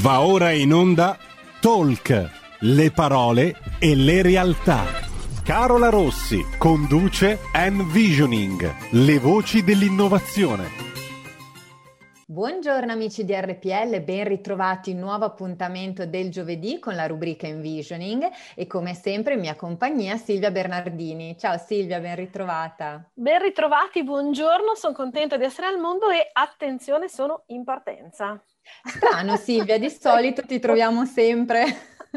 Va ora in onda Talk, le parole e le realtà. Carola Rossi conduce Envisioning, le voci dell'innovazione. Buongiorno amici di RPL, ben ritrovati in un nuovo appuntamento del giovedì con la rubrica Envisioning e come sempre in mia compagnia Silvia Bernardini. Ciao Silvia, ben ritrovata. Ben ritrovati, buongiorno, sono contenta di essere al mondo e attenzione, sono in partenza. Strano Silvia, di solito ti troviamo sempre.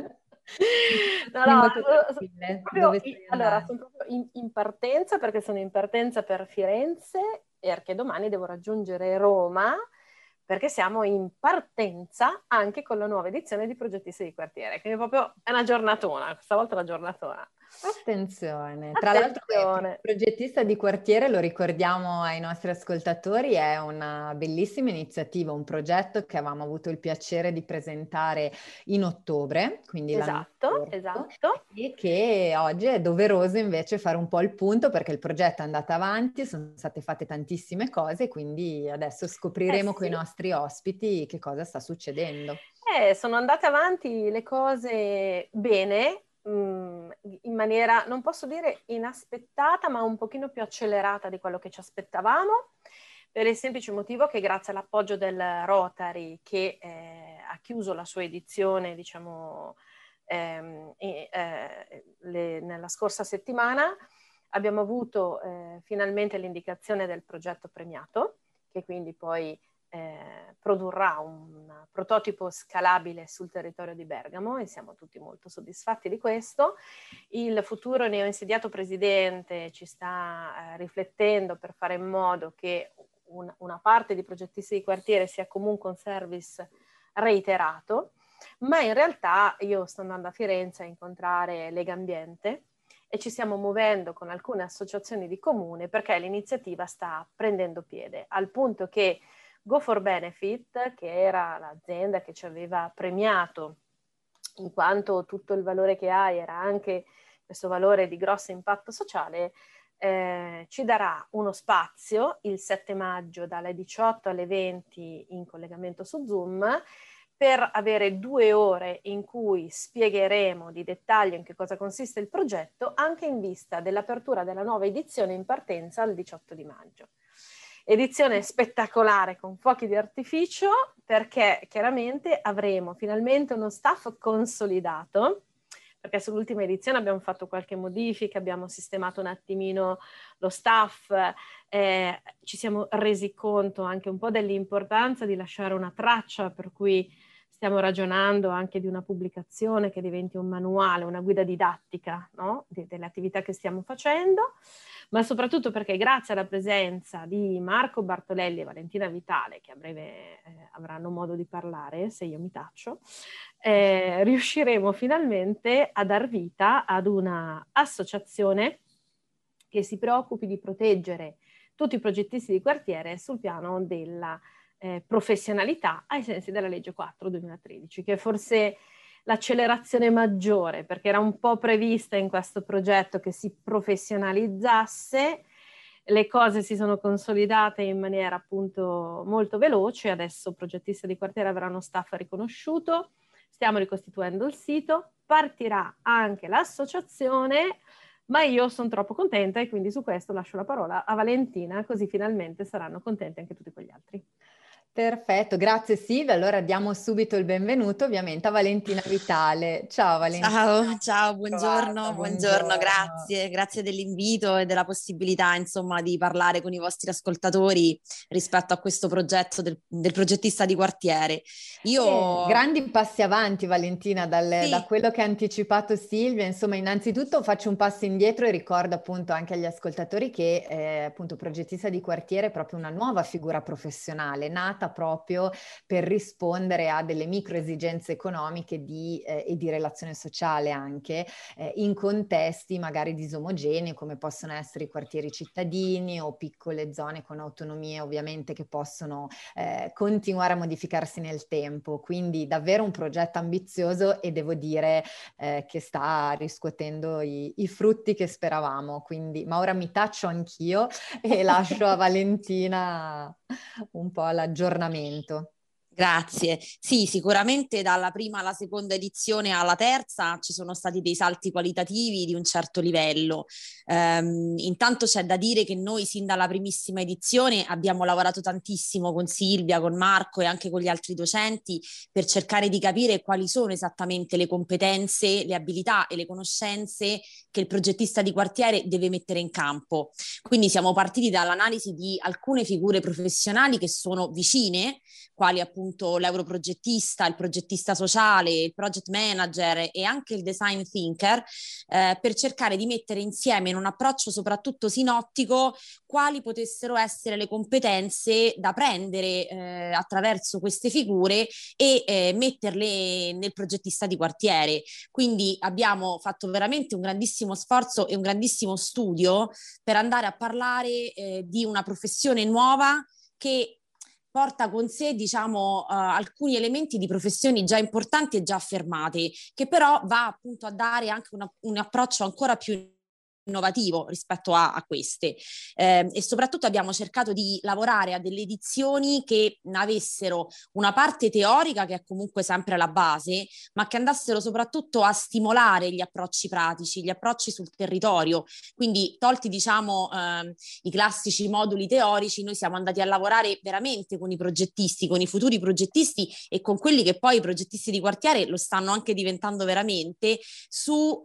No, Dove stai andando? sono proprio in partenza perché sono in partenza per Firenze e perché domani devo raggiungere Roma perché siamo in partenza anche con la nuova edizione di Progettisti di Quartiere, quindi proprio è una giornatona, questa volta è una giornatona. Attenzione, tra l'altro il progettista di quartiere, lo ricordiamo ai nostri ascoltatori, è una bellissima iniziativa, un progetto che avevamo avuto il piacere di presentare in ottobre, quindi esatto. E che oggi è doveroso invece fare un po' il punto perché il progetto è andato avanti, sono state fatte tantissime cose, quindi adesso scopriremo con i nostri ospiti che cosa sta succedendo. Sono andate avanti le cose bene, in maniera, non posso dire inaspettata, ma un pochino più accelerata di quello che ci aspettavamo, per il semplice motivo che grazie all'appoggio del Rotary, che ha chiuso la sua edizione, diciamo, nella scorsa settimana, abbiamo avuto finalmente l'indicazione del progetto premiato, che quindi poi produrrà un prototipo scalabile sul territorio di Bergamo e siamo tutti molto soddisfatti di questo. Il futuro neoinsediato presidente ci sta riflettendo per fare in modo che una parte di progettisti di quartiere sia comunque un service reiterato, ma in realtà io sto andando a Firenze a incontrare Legambiente e ci stiamo muovendo con alcune associazioni di comune perché l'iniziativa sta prendendo piede, al punto che Go for Benefit, che era l'azienda che ci aveva premiato, in quanto tutto il valore che hai era anche questo valore di grosso impatto sociale, ci darà uno spazio il 7 maggio dalle 18 alle 20 in collegamento su Zoom per avere 2 ore in cui spiegheremo di dettaglio in che cosa consiste il progetto, anche in vista dell'apertura della nuova edizione in partenza il 18 di maggio. Edizione spettacolare con fuochi di artificio perché chiaramente avremo finalmente uno staff consolidato, perché sull'ultima edizione abbiamo fatto qualche modifica, abbiamo sistemato un attimino lo staff, ci siamo resi conto anche un po' dell'importanza di lasciare una traccia, per cui stiamo ragionando anche di una pubblicazione che diventi un manuale, una guida didattica, no? Delle attività che stiamo facendo, ma soprattutto perché grazie alla presenza di Marco Bartolelli e Valentina Vitale, che a breve avranno modo di parlare, se io mi taccio, riusciremo finalmente a dar vita ad una associazione che si preoccupi di proteggere tutti i progettisti di quartiere sul piano della professionalità ai sensi della legge 4/2013, che è forse l'accelerazione maggiore, perché era un po' prevista in questo progetto che si professionalizzasse, le cose si sono consolidate in maniera appunto molto veloce, adesso progettisti di quartiere avranno staff riconosciuto, stiamo ricostituendo il sito, partirà anche l'associazione, ma io sono troppo contenta e quindi su questo lascio la parola a Valentina, così finalmente saranno contenti anche tutti quegli altri. Perfetto, grazie Silvia. Allora diamo subito il benvenuto ovviamente a Valentina Vitale. Ciao Valentina. Ciao, buongiorno, grazie dell'invito e della possibilità insomma di parlare con i vostri ascoltatori rispetto a questo progetto del progettista di quartiere. Grandi passi avanti Valentina da quello che ha anticipato Silvia, insomma innanzitutto faccio un passo indietro e ricordo appunto anche agli ascoltatori che appunto progettista di quartiere è proprio una nuova figura professionale, nata proprio per rispondere a delle micro esigenze economiche e di relazione sociale anche in contesti magari disomogenei come possono essere i quartieri cittadini o piccole zone con autonomie ovviamente che possono continuare a modificarsi nel tempo, quindi davvero un progetto ambizioso e devo dire che sta riscuotendo i frutti che speravamo, quindi ma ora mi taccio anch'io e lascio a Valentina un po' l'aggiornamento. Grazie. Sì, sicuramente dalla prima alla seconda edizione alla terza ci sono stati dei salti qualitativi di un certo livello. Intanto c'è da dire che noi sin dalla primissima edizione abbiamo lavorato tantissimo con Silvia, con Marco e anche con gli altri docenti per cercare di capire quali sono esattamente le competenze, le abilità e le conoscenze che il progettista di quartiere deve mettere in campo. Quindi siamo partiti dall'analisi di alcune figure professionali che sono vicine, quali appunto l'europrogettista, il progettista sociale, il project manager e anche il design thinker, per cercare di mettere insieme in un approccio soprattutto sinottico quali potessero essere le competenze da prendere attraverso queste figure e metterle nel progettista di quartiere. Quindi abbiamo fatto veramente un grandissimo sforzo e un grandissimo studio per andare a parlare di una professione nuova che porta con sé, diciamo, alcuni elementi di professioni già importanti e già affermate, che però va appunto a dare anche un approccio ancora più innovativo rispetto a queste, e soprattutto abbiamo cercato di lavorare a delle edizioni che avessero una parte teorica, che è comunque sempre la base, ma che andassero soprattutto a stimolare gli approcci pratici, gli approcci sul territorio. Quindi tolti, diciamo, i classici moduli teorici, noi siamo andati a lavorare veramente con i progettisti, con i futuri progettisti e con quelli che poi i progettisti di quartiere lo stanno anche diventando veramente sui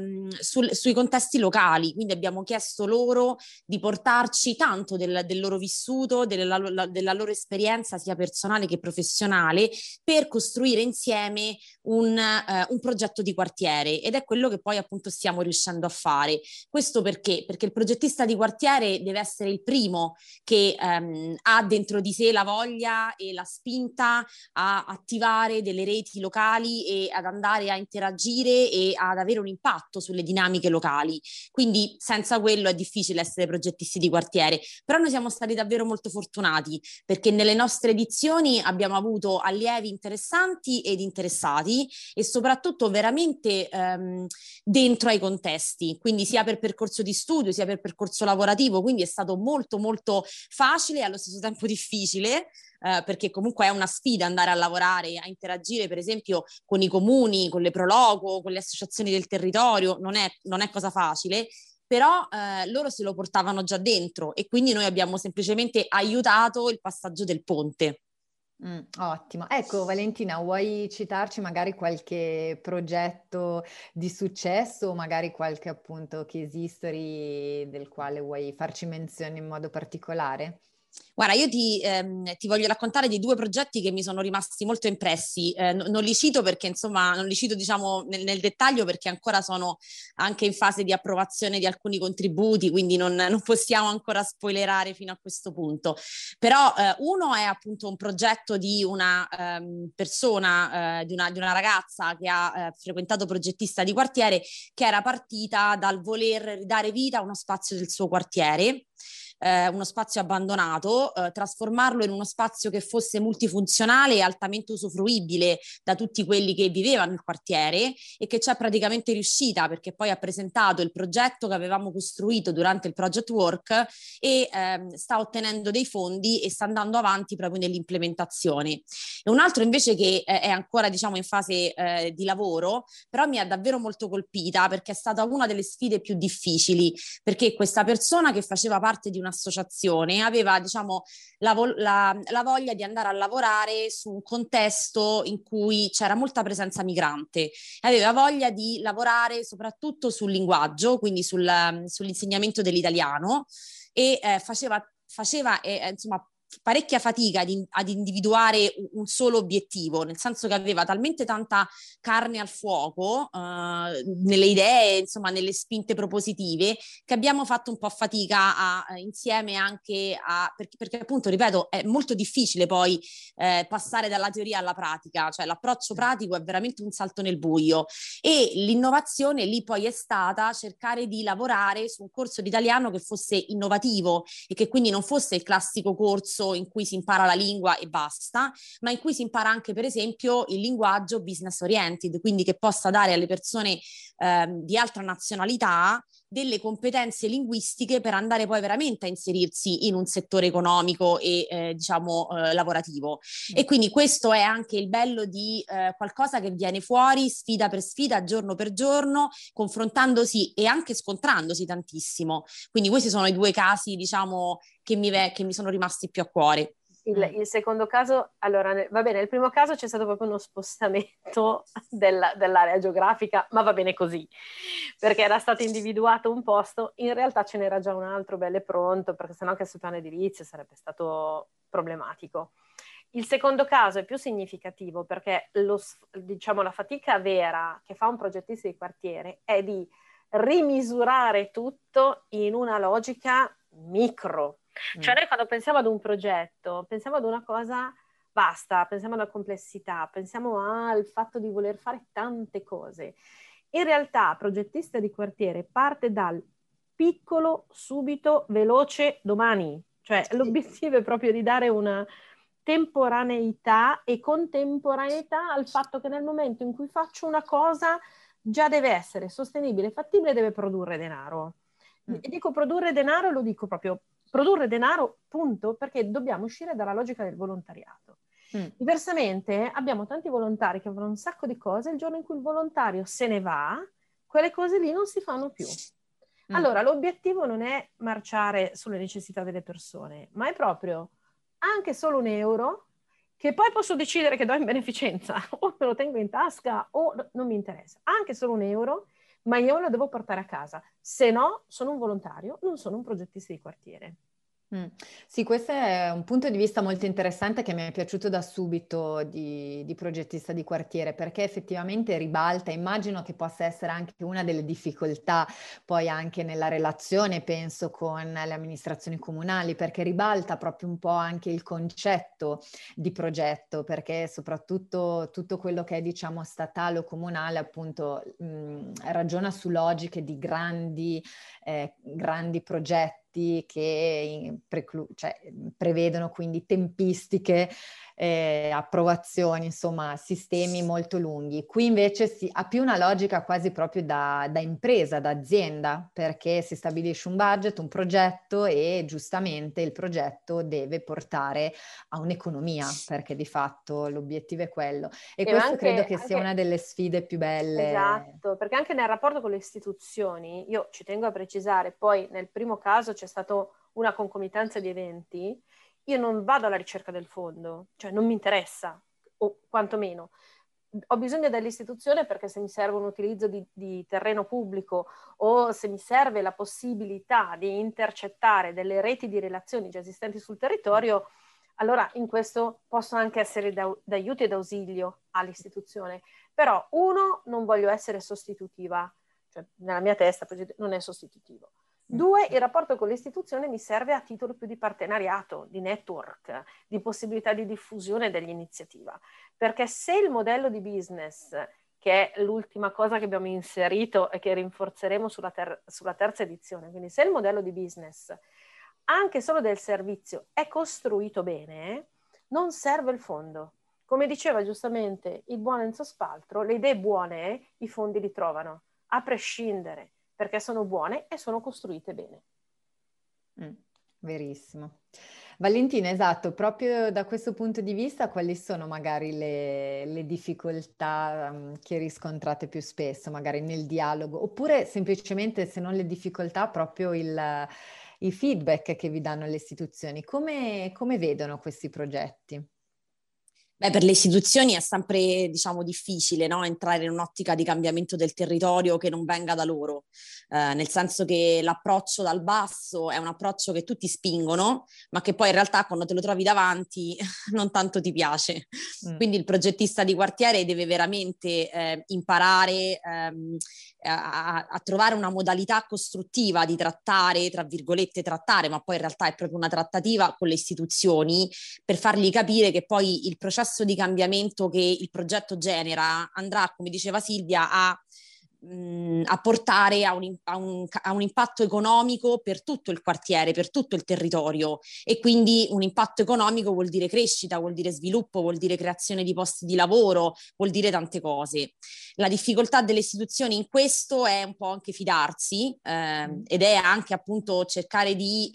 contesti locali. Quindi abbiamo chiesto loro di portarci tanto del loro vissuto, della loro esperienza sia personale che professionale, per costruire insieme un progetto di quartiere, ed è quello che poi appunto stiamo riuscendo a fare. Questo perché? Perché il progettista di quartiere deve essere il primo che ha dentro di sé la voglia e la spinta a attivare delle reti locali e ad andare a interagire e ad avere un impatto sulle dinamiche locali. Quindi senza quello è difficile essere progettisti di quartiere, però noi siamo stati davvero molto fortunati perché nelle nostre edizioni abbiamo avuto allievi interessanti ed interessati e soprattutto veramente dentro ai contesti, quindi sia per percorso di studio sia per percorso lavorativo, quindi è stato molto molto facile e allo stesso tempo difficile. Perché comunque è una sfida andare a lavorare, a interagire per esempio con i comuni, con le Proloco, con le associazioni del territorio, non è cosa facile, però loro se lo portavano già dentro e quindi noi abbiamo semplicemente aiutato il passaggio del ponte. Ottimo. Ecco, Valentina, vuoi citarci magari qualche progetto di successo o magari qualche appunto case history del quale vuoi farci menzione in modo particolare? Guarda, io ti voglio raccontare di due progetti che mi sono rimasti molto impressi. Non li cito perché, insomma, non li cito, diciamo, nel dettaglio perché ancora sono anche in fase di approvazione di alcuni contributi, quindi non possiamo ancora spoilerare fino a questo punto. Però uno è appunto un progetto di una persona, di una ragazza che ha frequentato progettista di quartiere, che era partita dal voler ridare vita a uno spazio del suo quartiere. Uno spazio abbandonato, trasformarlo in uno spazio che fosse multifunzionale e altamente usufruibile da tutti quelli che vivevano nel quartiere, e che c'è praticamente riuscita perché poi ha presentato il progetto che avevamo costruito durante il project work e sta ottenendo dei fondi e sta andando avanti proprio nell'implementazione. E un altro invece che è ancora, diciamo, in fase di lavoro, però mi ha davvero molto colpita perché è stata una delle sfide più difficili, perché questa persona che faceva parte di un'associazione aveva, diciamo, la voglia di andare a lavorare su un contesto in cui c'era molta presenza migrante, aveva voglia di lavorare soprattutto sul linguaggio, quindi sull'insegnamento dell'italiano, e faceva insomma parecchia fatica ad individuare un solo obiettivo, nel senso che aveva talmente tanta carne al fuoco nelle idee, insomma nelle spinte propositive, che abbiamo fatto un po' fatica insieme anche perché appunto, ripeto, è molto difficile poi passare dalla teoria alla pratica, cioè l'approccio pratico è veramente un salto nel buio, e l'innovazione lì poi è stata cercare di lavorare su un corso di italiano che fosse innovativo e che quindi non fosse il classico corso in cui si impara la lingua e basta, ma in cui si impara anche per esempio il linguaggio business oriented, quindi che possa dare alle persone di altra nazionalità delle competenze linguistiche per andare poi veramente a inserirsi in un settore economico e lavorativo. E quindi questo è anche il bello di qualcosa che viene fuori sfida per sfida, giorno per giorno, confrontandosi e anche scontrandosi tantissimo. Quindi questi sono i due casi, diciamo, che mi sono rimasti più a cuore. Il secondo caso, allora, va bene, nel primo caso c'è stato proprio uno spostamento dell'area geografica, ma va bene così, perché era stato individuato un posto, in realtà ce n'era già un altro bello e pronto, perché sennò anche sul piano edilizio sarebbe stato problematico. Il secondo caso è più significativo perché la fatica vera che fa un progettista di quartiere è di rimisurare tutto in una logica micro. Cioè noi quando pensiamo ad un progetto, pensiamo ad una cosa vasta, pensiamo alla complessità, pensiamo al fatto di voler fare tante cose. In realtà, progettista di quartiere parte dal piccolo, subito, veloce, domani. Cioè l'obiettivo è proprio di dare una temporaneità e contemporaneità al fatto che nel momento in cui faccio una cosa già deve essere sostenibile, fattibile, deve produrre denaro. E dico produrre denaro, lo dico proprio produrre denaro, punto, perché dobbiamo uscire dalla logica del volontariato. Diversamente abbiamo tanti volontari che fanno un sacco di cose, il giorno in cui il volontario se ne va, quelle cose lì non si fanno più. Allora l'obiettivo non è marciare sulle necessità delle persone, ma è proprio anche solo €1 che poi posso decidere che do in beneficenza o me lo tengo in tasca o non mi interessa. Anche solo €1, ma io lo devo portare a casa. Se no, sono un volontario, non sono un progettista di quartiere. Sì, questo è un punto di vista molto interessante che mi è piaciuto da subito di progettista di quartiere, perché effettivamente ribalta, immagino che possa essere anche una delle difficoltà poi anche nella relazione, penso, con le amministrazioni comunali, perché ribalta proprio un po' anche il concetto di progetto, perché soprattutto tutto quello che è, diciamo, statale o comunale, appunto, ragiona su logiche di grandi progetti che prevedono quindi tempistiche, approvazioni, insomma sistemi molto lunghi. Qui invece ha più una logica quasi proprio da impresa, da azienda, perché si stabilisce un budget, un progetto e giustamente il progetto deve portare a un'economia, perché di fatto l'obiettivo è quello. E questo credo che sia una delle sfide più belle. Esatto, perché anche nel rapporto con le istituzioni, io ci tengo a precisare, poi nel primo caso c'è stata una concomitanza di eventi, io non vado alla ricerca del fondo, cioè non mi interessa, o quantomeno ho bisogno dell'istituzione perché se mi serve un utilizzo di terreno pubblico o se mi serve la possibilità di intercettare delle reti di relazioni già esistenti sul territorio, allora in questo posso anche essere d'aiuto e d'ausilio all'istituzione. Però non voglio essere sostitutiva, cioè nella mia testa non è sostitutivo. 2, il rapporto con l'istituzione mi serve a titolo più di partenariato, di network, di possibilità di diffusione dell'iniziativa. Perché se il modello di business, che è l'ultima cosa che abbiamo inserito e che rinforzeremo sulla terza edizione, quindi se il modello di business, anche solo del servizio, è costruito bene, non serve il fondo. Come diceva giustamente il buon Enzo Spaltro, le idee buone i fondi li trovano, a prescindere, perché sono buone e sono costruite bene. Verissimo. Valentina, esatto, proprio da questo punto di vista, quali sono magari le difficoltà che riscontrate più spesso, magari nel dialogo, oppure semplicemente, se non le difficoltà, proprio i feedback che vi danno le istituzioni? Come vedono questi progetti? Beh, per le istituzioni è sempre, diciamo, difficile, no? Entrare in un'ottica di cambiamento del territorio che non venga da loro, nel senso che l'approccio dal basso è un approccio che tutti spingono, ma che poi in realtà quando te lo trovi davanti non tanto ti piace. Quindi il progettista di quartiere deve veramente imparare a trovare una modalità costruttiva di trattare, tra virgolette trattare, ma poi in realtà è proprio una trattativa con le istituzioni per fargli capire che poi il processo di cambiamento che il progetto genera andrà, come diceva Silvia, a a portare a un impatto economico per tutto il quartiere, per tutto il territorio, e quindi un impatto economico vuol dire crescita, vuol dire sviluppo, vuol dire creazione di posti di lavoro, vuol dire tante cose. La difficoltà delle istituzioni in questo è un po' anche fidarsi, ed è anche appunto cercare di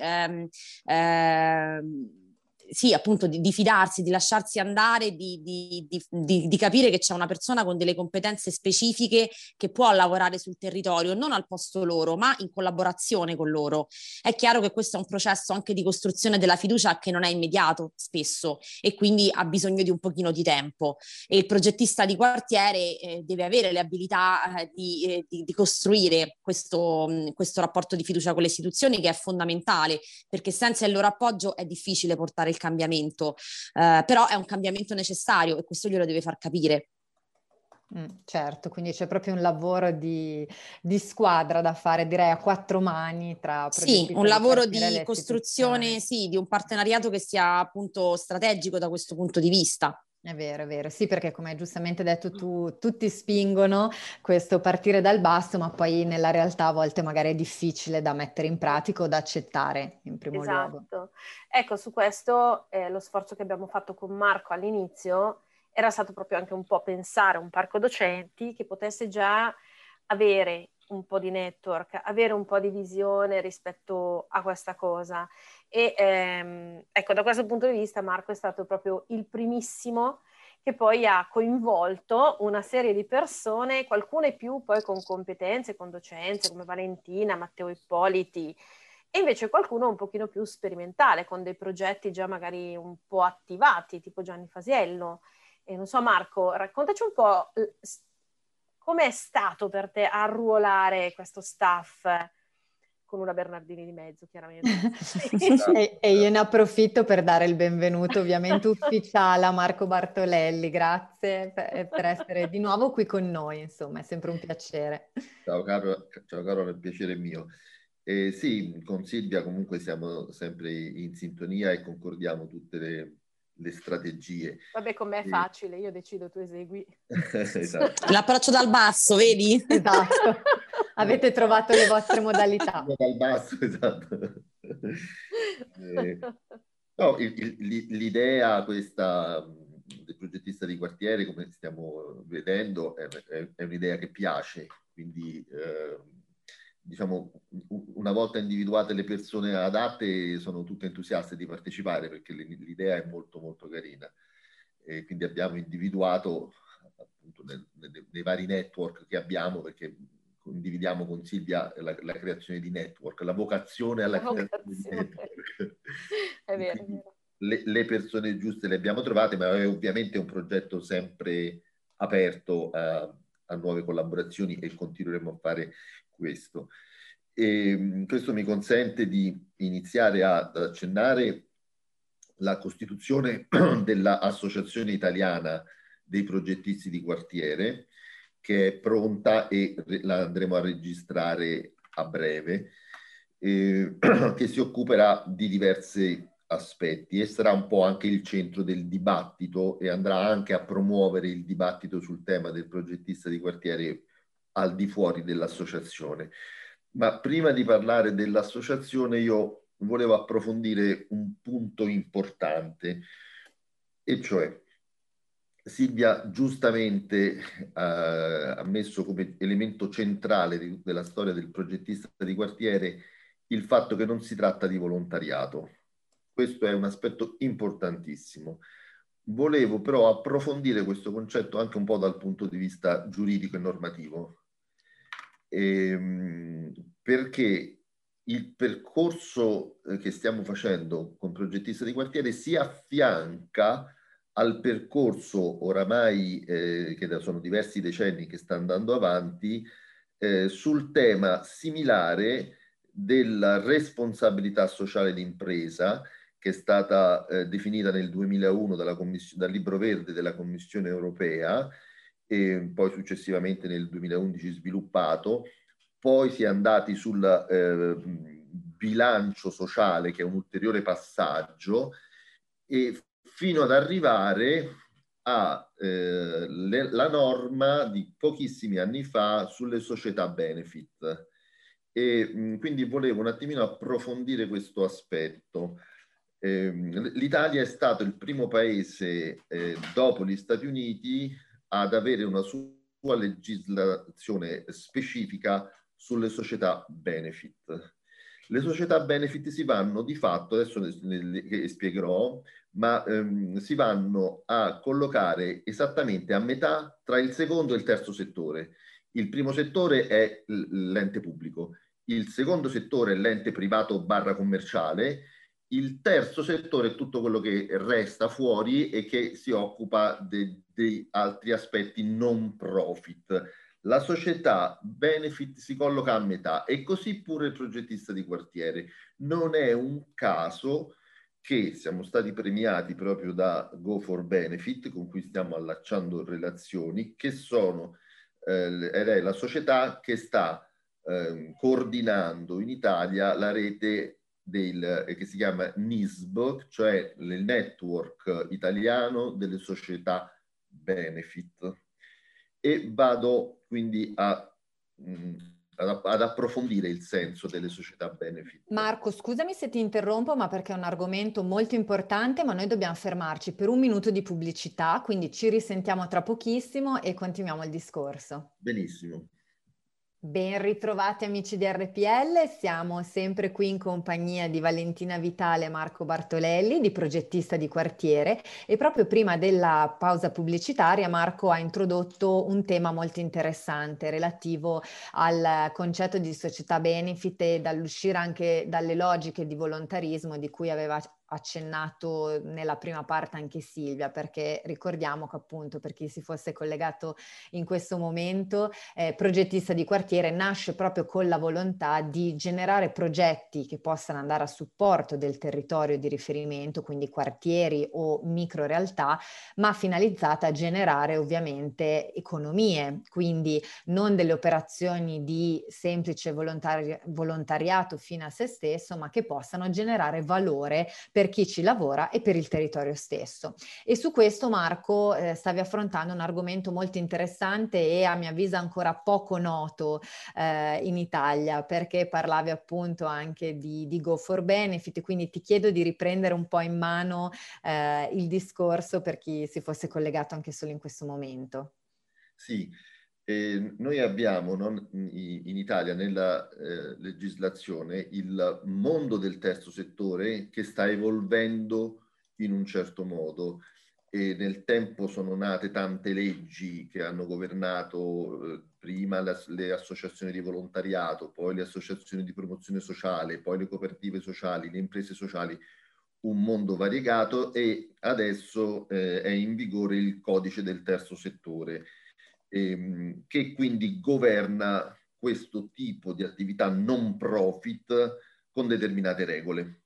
sì, appunto di fidarsi, di lasciarsi andare, di capire che c'è una persona con delle competenze specifiche che può lavorare sul territorio, non al posto loro, ma in collaborazione con loro. È chiaro che questo è un processo anche di costruzione della fiducia che non è immediato spesso, e quindi ha bisogno di un pochino di tempo. E il progettista di quartiere deve avere le abilità di costruire questo rapporto di fiducia con le istituzioni, che è fondamentale, perché senza il loro appoggio è difficile portare il cambiamento, però è un cambiamento necessario e questo glielo deve far capire. Certo, quindi c'è proprio un lavoro di squadra da fare, direi a 4 mani tra sì, un lavoro di costruzione, sì, di un partenariato che sia appunto strategico da questo punto di vista. È vero, sì, perché come hai giustamente detto tu, tutti spingono questo partire dal basso, ma poi nella realtà a volte magari è difficile da mettere in pratica o da accettare in primo luogo. Esatto. Ecco, su questo lo sforzo che abbiamo fatto con Marco all'inizio era stato proprio anche un po' pensare un parco docenti che potesse già avere un po' di network, avere un po' di visione rispetto a questa cosa. E ecco, da questo punto di vista Marco è stato proprio il primissimo che poi ha coinvolto una serie di persone, qualcune più poi con competenze, con docenze, come Valentina, Matteo Ippoliti, e invece qualcuno un pochino più sperimentale, con dei progetti già magari un po' attivati, tipo Gianni Fasiello. E non so, Marco, raccontaci un po' com'è stato per te arruolare questo staff con una Bernardini di mezzo, chiaramente. E io ne approfitto per dare il benvenuto ovviamente ufficiale a Marco Bartolelli. Grazie per essere di nuovo qui con noi, insomma, è sempre un piacere. Ciao caro, il piacere è mio. Sì, con Silvia comunque siamo sempre in sintonia e concordiamo tutte le strategie. Vabbè, con me è facile, io decido, tu esegui. Esatto. L'approccio dal basso, vedi? Esatto, avete trovato le vostre modalità. Dal basso, esatto. No, l'idea questa del progettista di quartiere, come stiamo vedendo, è un'idea che piace, quindi diciamo, una volta individuate le persone adatte, sono tutte entusiaste di partecipare perché l'idea è molto molto carina. E quindi abbiamo individuato appunto nei vari network che abbiamo, perché condividiamo con Silvia la creazione di network, la vocazione alla creazione di network. È vero, è vero. Le persone giuste le abbiamo trovate, ma è ovviamente un progetto sempre aperto a nuove collaborazioni e continueremo a fare questo. E questo mi consente di iniziare ad accennare la costituzione dell'Associazione Italiana dei Progettisti di Quartiere, che è pronta e la andremo a registrare a breve, che si occuperà di diversi aspetti e sarà un po' anche il centro del dibattito e andrà anche a promuovere il dibattito sul tema del progettista di quartiere al di fuori dell'associazione. Ma prima di parlare dell'associazione io volevo approfondire un punto importante, e cioè Silvia giustamente ha messo come elemento centrale della storia del progettista di quartiere il fatto che non si tratta di volontariato. Questo è un aspetto importantissimo. Volevo però approfondire questo concetto anche un po' dal punto di vista giuridico e normativo, perché il percorso che stiamo facendo con progettista di quartiere si affianca al percorso oramai che sono diversi decenni che sta andando avanti sul tema similare della responsabilità sociale d'impresa, che è stata definita nel 2001 dal Libro Verde della Commissione Europea e poi successivamente nel 2011 sviluppato. Poi si è andati sul bilancio sociale, che è un ulteriore passaggio, e fino ad arrivare la norma di pochissimi anni fa sulle società benefit. E quindi volevo un attimino approfondire questo aspetto. L'Italia è stato il primo paese dopo gli Stati Uniti ad avere una sua legislazione specifica sulle società benefit. Le società benefit si vanno di fatto, adesso che spiegherò, ma si vanno a collocare esattamente a metà tra il secondo e il terzo settore. Il primo settore è l'ente pubblico, il secondo settore è l'ente privato / commerciale, il terzo settore è tutto quello che resta fuori e che si occupa di altri aspetti non profit. La società benefit si colloca a metà e così pure il progettista di quartiere. Non è un caso che siamo stati premiati proprio da Go for Benefit, con cui stiamo allacciando relazioni, che sono ed è la società che sta coordinando in Italia la rete che si chiama NISB, cioè il network italiano delle società benefit. E vado quindi ad approfondire il senso delle società benefit. Marco, scusami se ti interrompo, ma perché è un argomento molto importante, ma noi dobbiamo fermarci per un minuto di pubblicità, quindi ci risentiamo tra pochissimo e continuiamo il discorso. Benissimo. Ben ritrovati amici di RPL, siamo sempre qui in compagnia di Valentina Vitale e Marco Bartolelli, di Progettista di Quartiere, e proprio prima della pausa pubblicitaria Marco ha introdotto un tema molto interessante relativo al concetto di società benefit e dall'uscire anche dalle logiche di volontarismo di cui aveva accennato nella prima parte anche Silvia, perché ricordiamo che appunto, per chi si fosse collegato in questo momento, Progettista di Quartiere nasce proprio con la volontà di generare progetti che possano andare a supporto del territorio di riferimento, quindi quartieri o micro realtà, ma finalizzata a generare ovviamente economie, quindi non delle operazioni di semplice volontariato fine a se stesso, ma che possano generare valore per chi ci lavora e per il territorio stesso. E su questo, Marco, stavi affrontando un argomento molto interessante e a mio avviso ancora poco noto in Italia, perché parlavi appunto anche di Go for Benefit, quindi ti chiedo di riprendere un po' in mano il discorso per chi si fosse collegato anche solo in questo momento. Sì, noi abbiamo in Italia nella legislazione il mondo del terzo settore che sta evolvendo in un certo modo e nel tempo sono nate tante leggi che hanno governato prima le associazioni di volontariato, poi le associazioni di promozione sociale, poi le cooperative sociali, le imprese sociali, un mondo variegato, e adesso è in vigore il codice del terzo settore, che quindi governa questo tipo di attività non profit con determinate regole.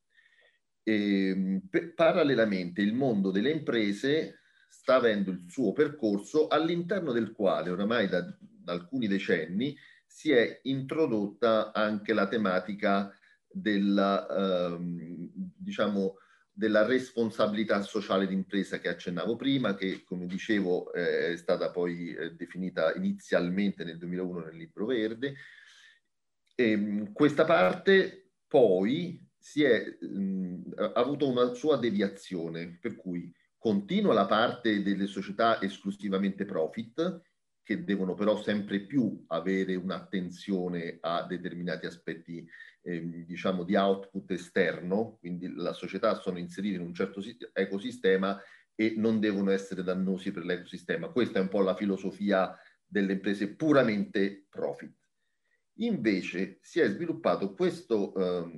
Parallelamente il mondo delle imprese sta avendo il suo percorso, all'interno del quale oramai da alcuni decenni si è introdotta anche la tematica della, diciamo, della responsabilità sociale d'impresa che accennavo prima, che come dicevo è stata poi definita inizialmente nel 2001 nel Libro Verde. Questa parte poi ha avuto una sua deviazione, per cui continua la parte delle società esclusivamente profit, che devono però sempre più avere un'attenzione a determinati aspetti diciamo di output esterno, quindi la società sono inserite in un certo ecosistema e non devono essere dannosi per l'ecosistema. Questa è un po' la filosofia delle imprese puramente profit. Invece si è sviluppato questo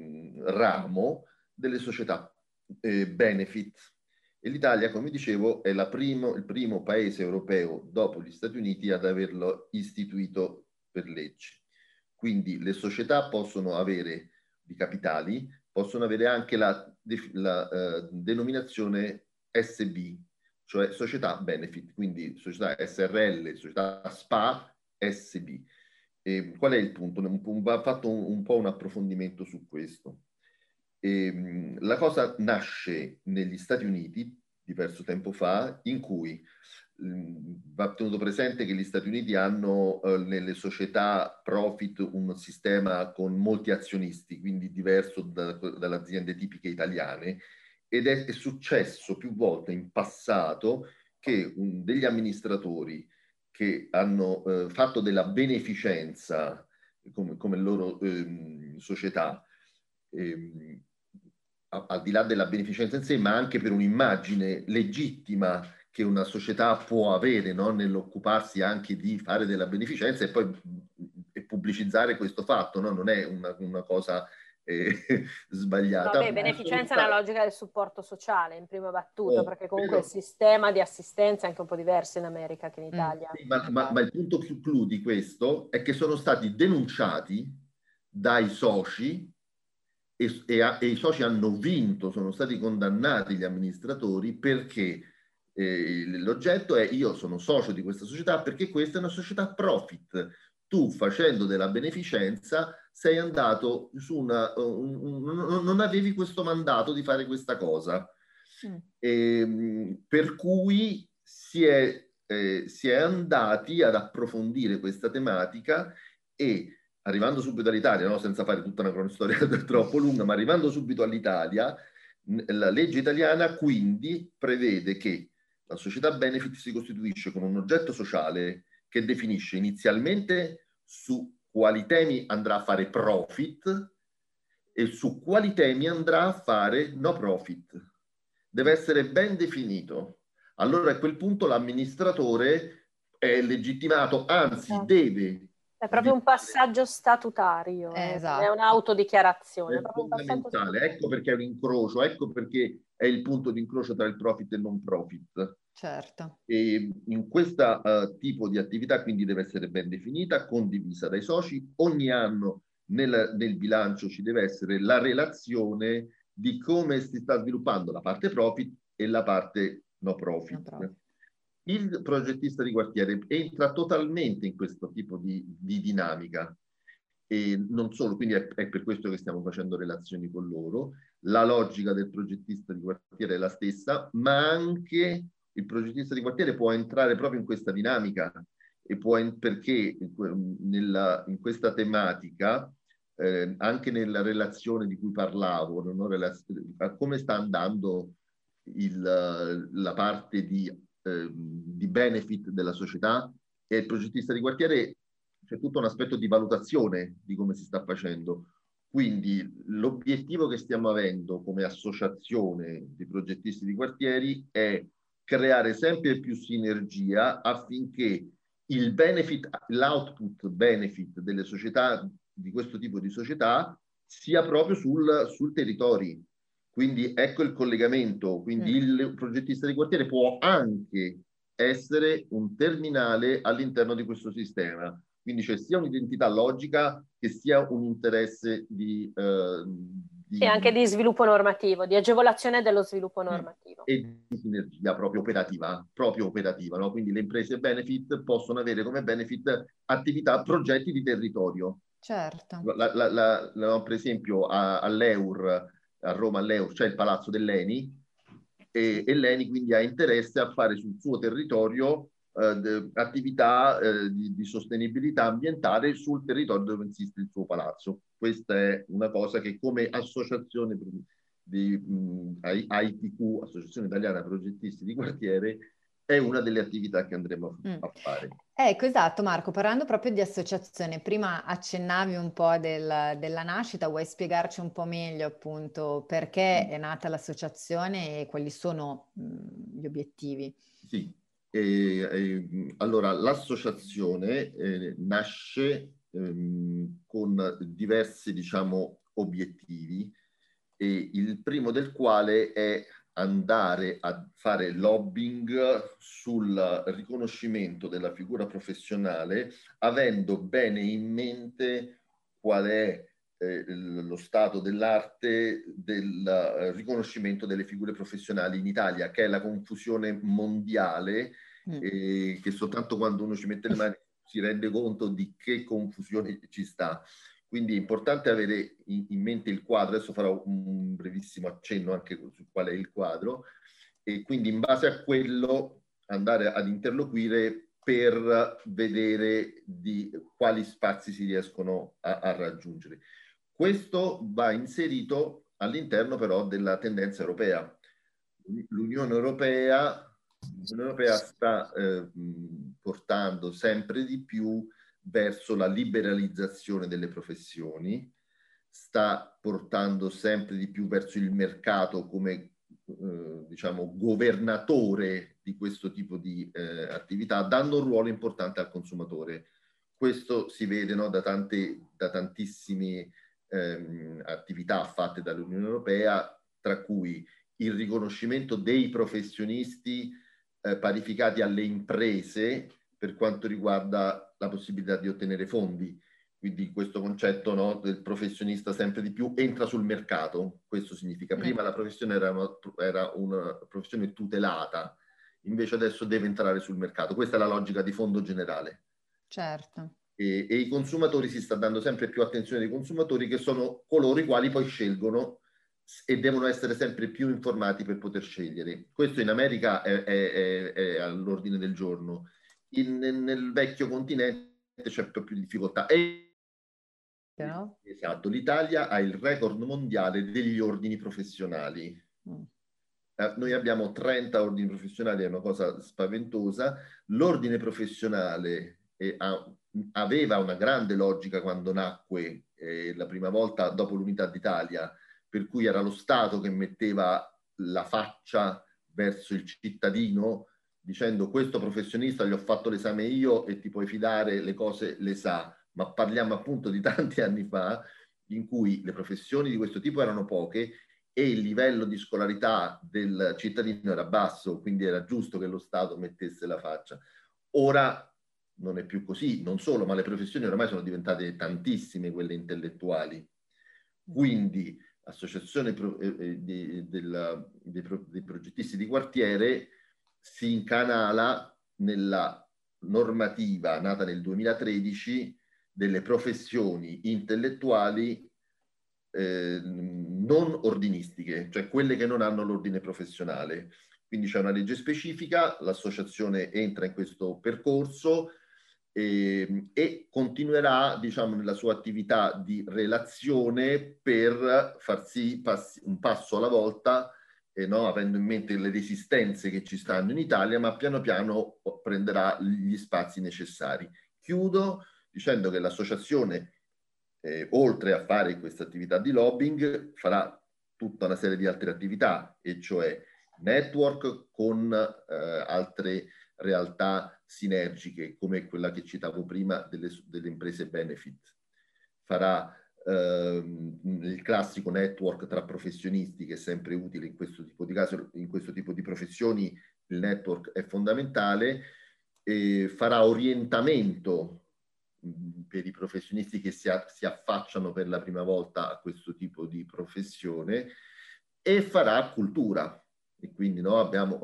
ramo delle società benefit, e l'Italia, come dicevo, è il primo paese europeo dopo gli Stati Uniti ad averlo istituito per legge. Quindi le società possono avere di capitali, possono avere anche la denominazione SB, cioè società benefit, quindi società SRL, società SPA, SB. Qual è il punto? Va fatto un po' un approfondimento su questo. La cosa nasce negli Stati Uniti diverso tempo fa, in cui va tenuto presente che gli Stati Uniti hanno nelle società profit un sistema con molti azionisti, quindi diverso dalle aziende tipiche italiane, ed è successo più volte in passato che degli amministratori che hanno fatto della beneficenza come loro società, al di là della beneficenza in sé, ma anche per un'immagine legittima che una società può avere, no? Nell'occuparsi anche di fare della beneficenza e poi pubblicizzare questo fatto, no? Non è una cosa sbagliata. Vabbè, beneficenza è una logica del supporto sociale in prima battuta, perché comunque il sistema di assistenza è anche un po' diverso in America che in Italia. Sì, ma il punto più clou di questo è che sono stati denunciati dai soci e i soci hanno vinto, sono stati condannati gli amministratori perché l'oggetto è: io sono socio di questa società perché questa è una società profit. Tu, facendo della beneficenza, sei andato su non avevi questo mandato di fare questa cosa. Per cui si è andati ad approfondire questa tematica e, arrivando subito all'Italia, no? Senza fare tutta una cronistoria troppo lunga, ma arrivando subito all'Italia, la legge italiana quindi prevede che la società benefit si costituisce con un oggetto sociale che definisce inizialmente su quali temi andrà a fare profit e su quali temi andrà a fare no profit. Deve essere ben definito. Allora a quel punto l'amministratore è legittimato, anzi deve. È proprio un passaggio statutario, esatto. È un'autodichiarazione. È fondamentale, ecco perché è un incrocio, ecco perché è il punto di incrocio tra il profit e il non profit. Certo. E in questo tipo di attività quindi deve essere ben definita, condivisa dai soci. Ogni anno nel bilancio ci deve essere la relazione di come si sta sviluppando la parte profit e la parte no profit. Il progettista di quartiere entra totalmente in questo tipo di dinamica e non solo, quindi è per questo che stiamo facendo relazioni con loro. La logica del progettista di quartiere è la stessa, ma anche il progettista di quartiere può entrare proprio in questa dinamica e perché in questa tematica anche nella relazione di cui parlavo, come sta andando la parte di benefit della società, e il progettista di quartiere c'è tutto un aspetto di valutazione di come si sta facendo. Quindi l'obiettivo che stiamo avendo come associazione di progettisti di quartieri è creare sempre più sinergia affinché il benefit, l'output benefit delle società, di questo tipo di società, sia proprio sul territorio. Quindi ecco il collegamento, quindi il progettista di quartiere può anche essere un terminale all'interno di questo sistema. Quindi c'è sia un'identità logica che sia un interesse e anche di sviluppo normativo, di agevolazione dello sviluppo normativo. E di sinergia proprio operativa, no? Quindi le imprese benefit possono avere come benefit attività, progetti di territorio. Certo. Per esempio all'Eur, a Roma all'Eur c'è il palazzo dell'ENI e l'ENI quindi ha interesse a fare sul suo territorio attività di sostenibilità ambientale sul territorio dove insiste il suo palazzo. Questa è una cosa che come associazione di ITQ, Associazione Italiana Progettisti di Quartiere, è una delle attività che andremo a fare. Ecco, esatto, Marco, parlando proprio di associazione, prima accennavi un po' della nascita, vuoi spiegarci un po' meglio appunto perché è nata l'associazione e quali sono gli obiettivi? Sì, allora l'associazione nasce con diversi, diciamo, obiettivi, e il primo del quale è andare a fare lobbying sul riconoscimento della figura professionale, avendo bene in mente qual è lo stato dell'arte del riconoscimento delle figure professionali in Italia, che è la confusione mondiale, che soltanto quando uno ci mette le mani si rende conto di che confusione ci sta. Quindi è importante avere in mente il quadro. Adesso farò un brevissimo accenno anche su qual è il quadro. e quindi in base a quello andare ad interloquire per vedere di quali spazi si riescono a raggiungere. Questo va inserito all'interno però della tendenza europea. L'Unione Europea sta portando sempre di più verso la liberalizzazione delle professioni, sta portando sempre di più verso il mercato come diciamo governatore di questo tipo di attività, dando un ruolo importante al consumatore. Questo si vede, no, da tantissime attività fatte dall'Unione Europea, tra cui il riconoscimento dei professionisti parificati alle imprese per quanto riguarda la possibilità di ottenere fondi. Quindi questo concetto, no, del professionista sempre di più entra sul mercato. Questo significa prima la professione era una professione tutelata, invece adesso deve entrare sul mercato. Questa è la logica di fondo generale. Certo. E i consumatori, si sta dando sempre più attenzione ai consumatori, che sono coloro i quali poi scelgono e devono essere sempre più informati per poter scegliere. Questo in America è all'ordine del giorno. Nel vecchio continente c'è più difficoltà. No? Esatto, l'Italia ha il record mondiale degli ordini professionali. Noi abbiamo 30 ordini professionali, è una cosa spaventosa. L'ordine professionale aveva una grande logica quando nacque la prima volta dopo l'Unità d'Italia, per cui era lo Stato che metteva la faccia verso il cittadino dicendo: questo professionista gli ho fatto l'esame io e ti puoi fidare, le cose le sa. Ma parliamo appunto di tanti anni fa, in cui le professioni di questo tipo erano poche e il livello di scolarità del cittadino era basso, quindi era giusto che lo Stato mettesse la faccia. Ora non è più così, non solo, ma le professioni ormai sono diventate tantissime, quelle intellettuali. Quindi l'associazione dei progettisti di quartiere si incanala nella normativa nata nel 2013 delle professioni intellettuali non ordinistiche, cioè quelle che non hanno l'ordine professionale. Quindi c'è una legge specifica, l'associazione entra in questo percorso e continuerà, diciamo, nella sua attività di relazione per far sì un passo alla volta, no? Avendo in mente le resistenze che ci stanno in Italia, ma piano piano prenderà gli spazi necessari. Chiudo dicendo che l'associazione, oltre a fare questa attività di lobbying, farà tutta una serie di altre attività, e cioè network con altre realtà sinergiche, come quella che citavo prima delle imprese benefit. Farà il classico network tra professionisti, che è sempre utile in questo tipo di caso, in questo tipo di professioni il network è fondamentale, e farà orientamento per i professionisti che si affacciano per la prima volta a questo tipo di professione, e farà cultura. E quindi no, abbiamo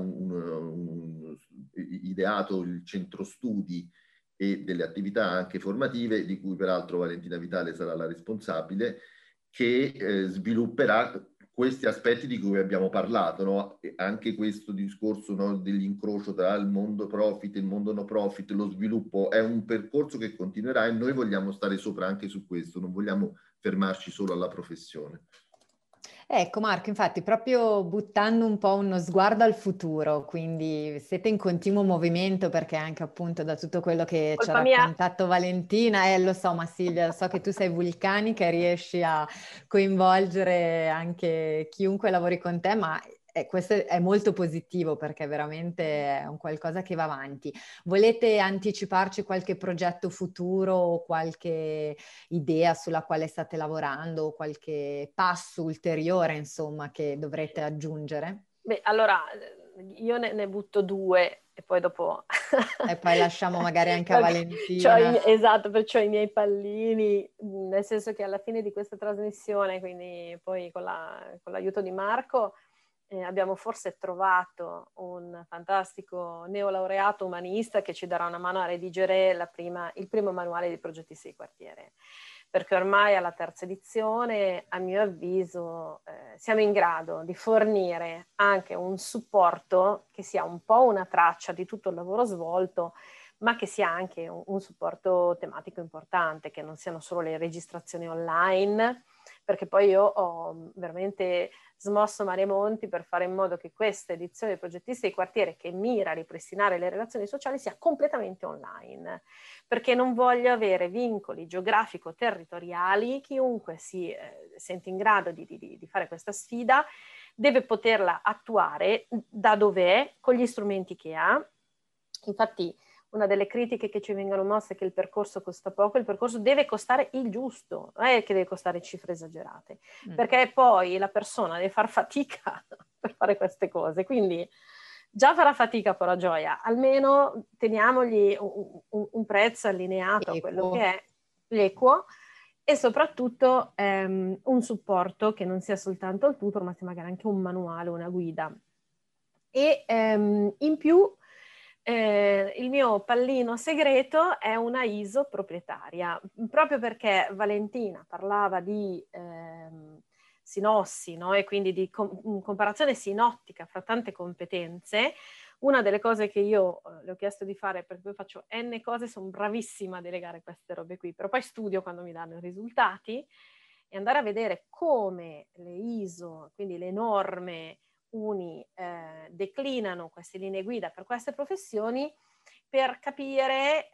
ideato il centro studi e delle attività anche formative, di cui peraltro Valentina Vitale sarà la responsabile, che svilupperà questi aspetti di cui abbiamo parlato, no? Anche questo discorso, no, dell'incrocio tra il mondo profit e il mondo no profit, lo sviluppo è un percorso che continuerà, e noi vogliamo stare sopra anche su questo, non vogliamo fermarci solo alla professione. Ecco Marco, infatti proprio buttando un po' uno sguardo al futuro, quindi siete in continuo movimento, perché anche appunto da tutto quello che ci ha raccontato Valentina, lo so, ma Silvia, so che tu sei vulcanica e riesci a coinvolgere anche chiunque lavori con te, ma questo è molto positivo, perché veramente è un qualcosa che va avanti. Volete anticiparci qualche progetto futuro o qualche idea sulla quale state lavorando, o qualche passo ulteriore, insomma, che dovrete aggiungere? Beh, allora io ne butto due e poi dopo... E poi lasciamo magari anche a Valentina. Esatto, perciò i miei pallini, nel senso che alla fine di questa trasmissione, quindi poi con l'aiuto di Marco, abbiamo forse trovato un fantastico neolaureato umanista che ci darà una mano a redigere il primo manuale di progettisti di quartiere. perché ormai alla terza edizione, a mio avviso, siamo in grado di fornire anche un supporto che sia un po' una traccia di tutto il lavoro svolto, ma che sia anche un supporto tematico importante, che non siano solo le registrazioni online, perché poi io ho veramente smosso mare e monti per fare in modo che questa edizione di Progettisti di Quartiere, che mira a ripristinare le relazioni sociali, sia completamente online, perché non voglio avere vincoli geografico-territoriali. Chiunque si sente in grado di fare questa sfida deve poterla attuare da dov'è, con gli strumenti che ha. Infatti una delle critiche che ci vengono mosse è che il percorso costa poco. Il percorso deve costare il giusto, non è che deve costare cifre esagerate, perché poi la persona deve far fatica per fare queste cose, quindi già farà fatica però gioia, almeno teniamogli un prezzo allineato a quello che è l'equo, e soprattutto un supporto che non sia soltanto il tutor, ma sia magari anche un manuale, una guida. E in più il mio pallino segreto è una ISO proprietaria, proprio perché Valentina parlava di sinossi, no? E quindi di comparazione sinottica fra tante competenze. Una delle cose che io le ho chiesto di fare, perché poi faccio N cose, sono bravissima a delegare queste robe qui, però poi studio quando mi danno i risultati, e andare a vedere come le ISO, quindi le norme declinano queste linee guida per queste professioni, per capire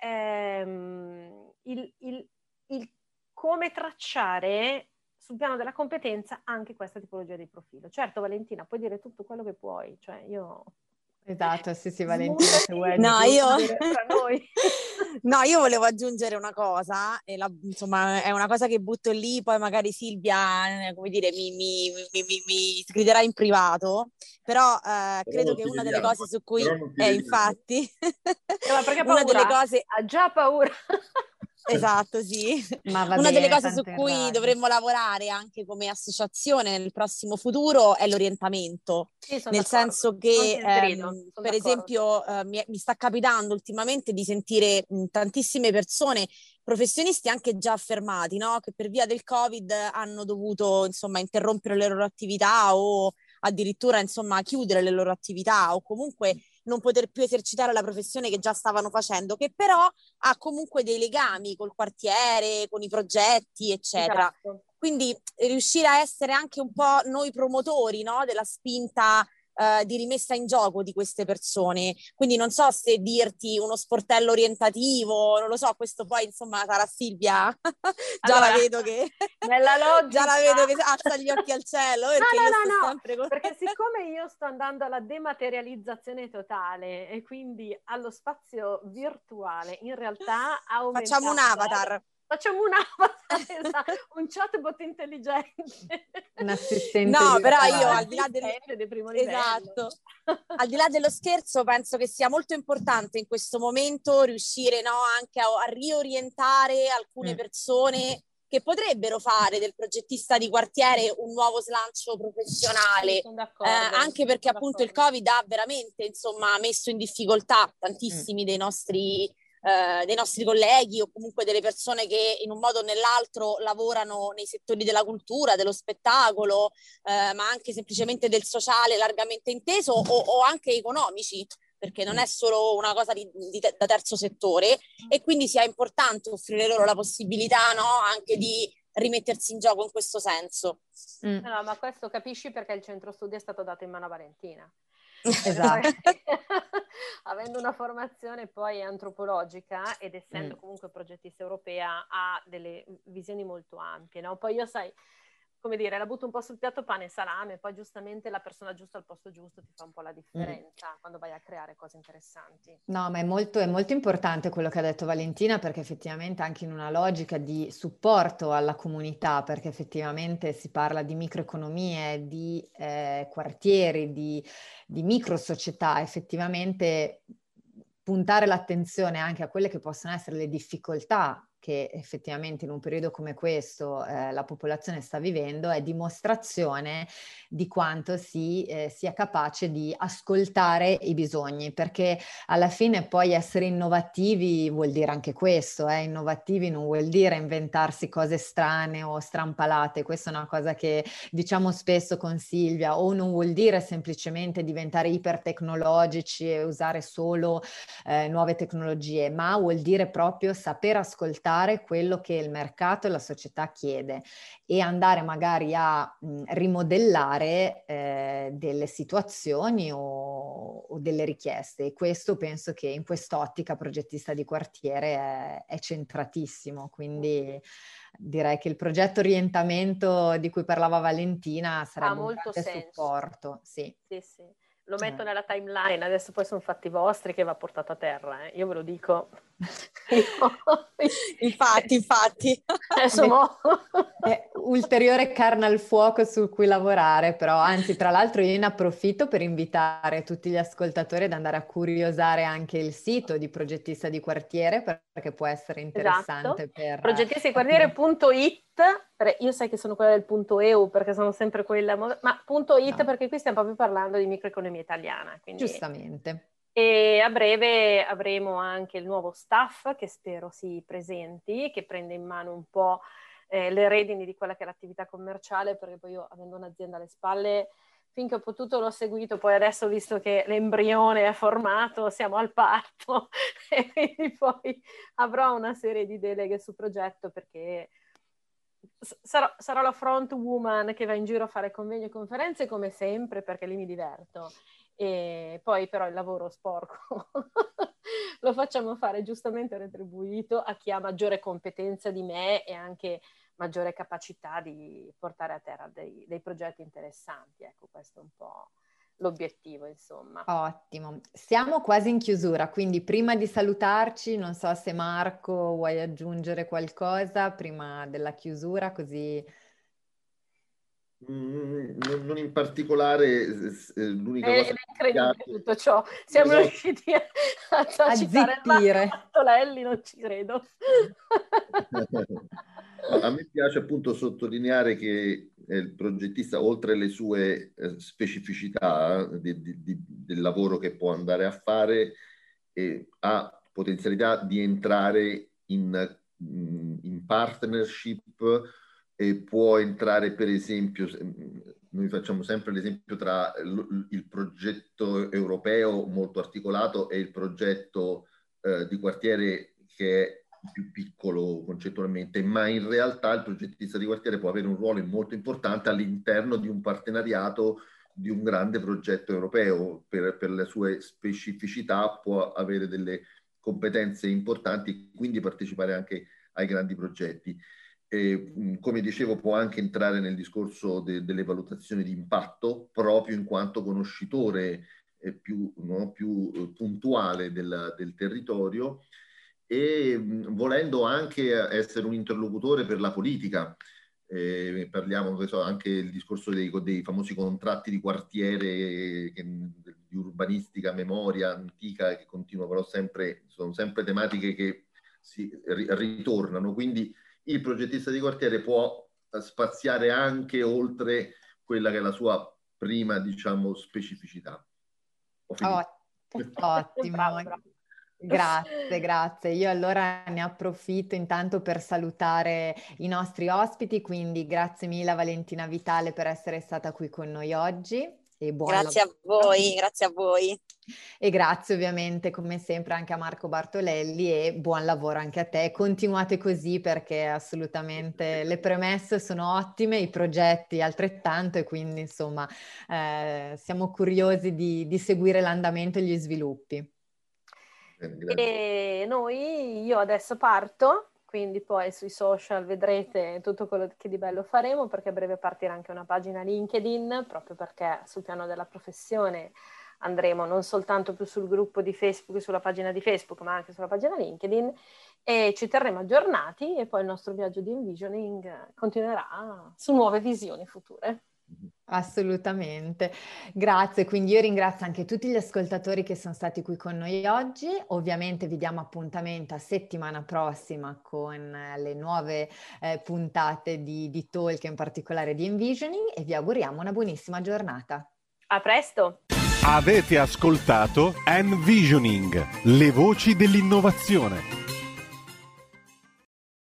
il come tracciare sul piano della competenza anche questa tipologia di profilo. Certo, Valentina, puoi dire tutto quello che puoi, cioè io... Esatto, sì, Valentina, se vuoi no, tra noi. No, io volevo aggiungere una cosa, e insomma è una cosa che butto lì, poi magari Silvia, come dire, mi sgriderà in privato, però credo che una delle cose su cui, infatti, perché una delle cose... Ha già paura. Esatto, sì. Una delle cose su cui dovremmo lavorare anche come associazione nel prossimo futuro è l'orientamento, sì, nel senso che per esempio mi sta capitando ultimamente di sentire tantissime persone, professionisti anche già affermati, no? Che per via del Covid hanno dovuto insomma interrompere le loro attività o addirittura insomma chiudere le loro attività o comunque non poter più esercitare la professione che già stavano facendo, che però ha comunque dei legami col quartiere, con i progetti, eccetera. Esatto. Quindi riuscire a essere anche un po' noi promotori, no? Della spinta di rimessa in gioco di queste persone. Quindi non so se dirti uno sportello orientativo, non lo so, questo poi insomma sarà Silvia. Allora, la vedo che nella logica... già la vedo che alza gli occhi al cielo, perché sempre con... perché siccome io sto andando alla dematerializzazione totale e quindi allo spazio virtuale, in realtà facciamo un avatar. Facciamo un avatar, esatto, un chatbot intelligente. Un assistente. No, però io al di là del primo livello. Esatto. Al di là dello scherzo, penso che sia molto importante in questo momento riuscire, no, anche a riorientare alcune persone che potrebbero fare del progettista di quartiere un nuovo slancio professionale, anche perché appunto il Covid ha veramente insomma messo in difficoltà tantissimi dei nostri colleghi o comunque delle persone che in un modo o nell'altro lavorano nei settori della cultura, dello spettacolo, ma anche semplicemente del sociale largamente inteso o anche economici, perché non è solo una cosa da terzo settore, e quindi sia importante offrire loro la possibilità, no, anche di rimettersi in gioco in questo senso. No, ma questo capisci perché il centro studi è stato dato in mano a Valentina. Esatto. Avendo una formazione poi antropologica ed essendo comunque progettista europea, ha delle visioni molto ampie, no? Poi io, sai, come dire, la butto un po' sul piatto pane e salame, poi giustamente la persona giusta al posto giusto ti fa un po' la differenza quando vai a creare cose interessanti. No, ma è molto importante quello che ha detto Valentina, perché effettivamente anche in una logica di supporto alla comunità, perché effettivamente si parla di microeconomie, di quartieri, di micro società, effettivamente puntare l'attenzione anche a quelle che possono essere le difficoltà che effettivamente in un periodo come questo la popolazione sta vivendo è dimostrazione di quanto sia capace di ascoltare i bisogni, perché alla fine poi essere innovativi vuol dire anche questo, innovativi non vuol dire inventarsi cose strane o strampalate, questa è una cosa che diciamo spesso con Silvia, o non vuol dire semplicemente diventare ipertecnologici e usare solo nuove tecnologie, ma vuol dire proprio saper ascoltare quello che il mercato e la società chiede e andare magari a rimodellare delle situazioni o delle richieste. E questo penso che in quest'ottica progettista di quartiere è centratissimo, quindi direi che il progetto orientamento di cui parlava Valentina sarebbe un grande supporto. Sì. Sì, sì. Lo metto nella timeline, adesso poi sono fatti vostri che va portato a terra, io ve lo dico. Infatti. Adesso ulteriore carne al fuoco su cui lavorare, però anzi tra l'altro io ne approfitto per invitare tutti gli ascoltatori ad andare a curiosare anche il sito di Progettista di Quartiere, perché può essere interessante. Esatto. Per progettistidiquartiere.it, io sai che sono quella del .eu perché sono sempre quella, ma .it no. Perché qui stiamo proprio parlando di microeconomia italiana. Quindi... Giustamente. E a breve avremo anche il nuovo staff che spero si presenti, che prende in mano un po' le redini di quella che è l'attività commerciale, perché poi io, avendo un'azienda alle spalle, finché ho potuto l'ho seguito, poi adesso visto che l'embrione è formato, siamo al parto e quindi poi avrò una serie di deleghe su progetto, perché sarò la front woman che va in giro a fare convegni e conferenze come sempre, perché lì mi diverto. E poi però il lavoro sporco lo facciamo fare giustamente retribuito a chi ha maggiore competenza di me e anche maggiore capacità di portare a terra dei progetti interessanti. Ecco, questo è un po' l'obiettivo, insomma. Ottimo. Siamo quasi in chiusura, quindi prima di salutarci, non so se Marco vuoi aggiungere qualcosa prima della chiusura, così... Non in particolare, l'unica cosa... È incredibile tutto ciò. Siamo riusciti a citare Bartolelli, non ci credo. A me piace appunto sottolineare che il progettista, oltre alle sue specificità del lavoro che può andare a fare, ha potenzialità di entrare in partnership e può entrare, per esempio, noi facciamo sempre l'esempio tra il progetto europeo molto articolato e il progetto di quartiere che è più piccolo concettualmente, ma in realtà il progettista di quartiere può avere un ruolo molto importante all'interno di un partenariato di un grande progetto europeo. Per le sue specificità può avere delle competenze importanti e quindi partecipare anche ai grandi progetti. E, come dicevo, può anche entrare nel discorso delle valutazioni di impatto proprio in quanto conoscitore più puntuale del territorio, e volendo anche essere un interlocutore per la politica. Parliamo anche del discorso dei famosi contratti di quartiere, di urbanistica, memoria antica, che continua, però sono sempre tematiche che si ritornano, quindi il progettista di quartiere può spaziare anche oltre quella che è la sua prima, diciamo, specificità. Ottimo. Bravo. Grazie. Io allora ne approfitto intanto per salutare i nostri ospiti, quindi grazie mille a Valentina Vitale per essere stata qui con noi oggi. E grazie a voi. E grazie ovviamente come sempre anche a Marco Bartolelli e buon lavoro anche a te. Continuate così perché assolutamente le premesse sono ottime, i progetti altrettanto e quindi insomma siamo curiosi di seguire l'andamento e gli sviluppi. E io adesso parto, quindi poi sui social vedrete tutto quello che di bello faremo, perché a breve partirà anche una pagina LinkedIn, proprio perché sul piano della professione andremo non soltanto più sul gruppo di Facebook, sulla pagina di Facebook, ma anche sulla pagina LinkedIn, e ci terremo aggiornati e poi il nostro viaggio di envisioning continuerà su nuove visioni future. Assolutamente, grazie. Quindi io ringrazio anche tutti gli ascoltatori che sono stati qui con noi oggi. Ovviamente vi diamo appuntamento a settimana prossima con le nuove puntate di Talk, in particolare di Envisioning, e vi auguriamo una buonissima giornata. A presto! Avete ascoltato Envisioning, le voci dell'innovazione.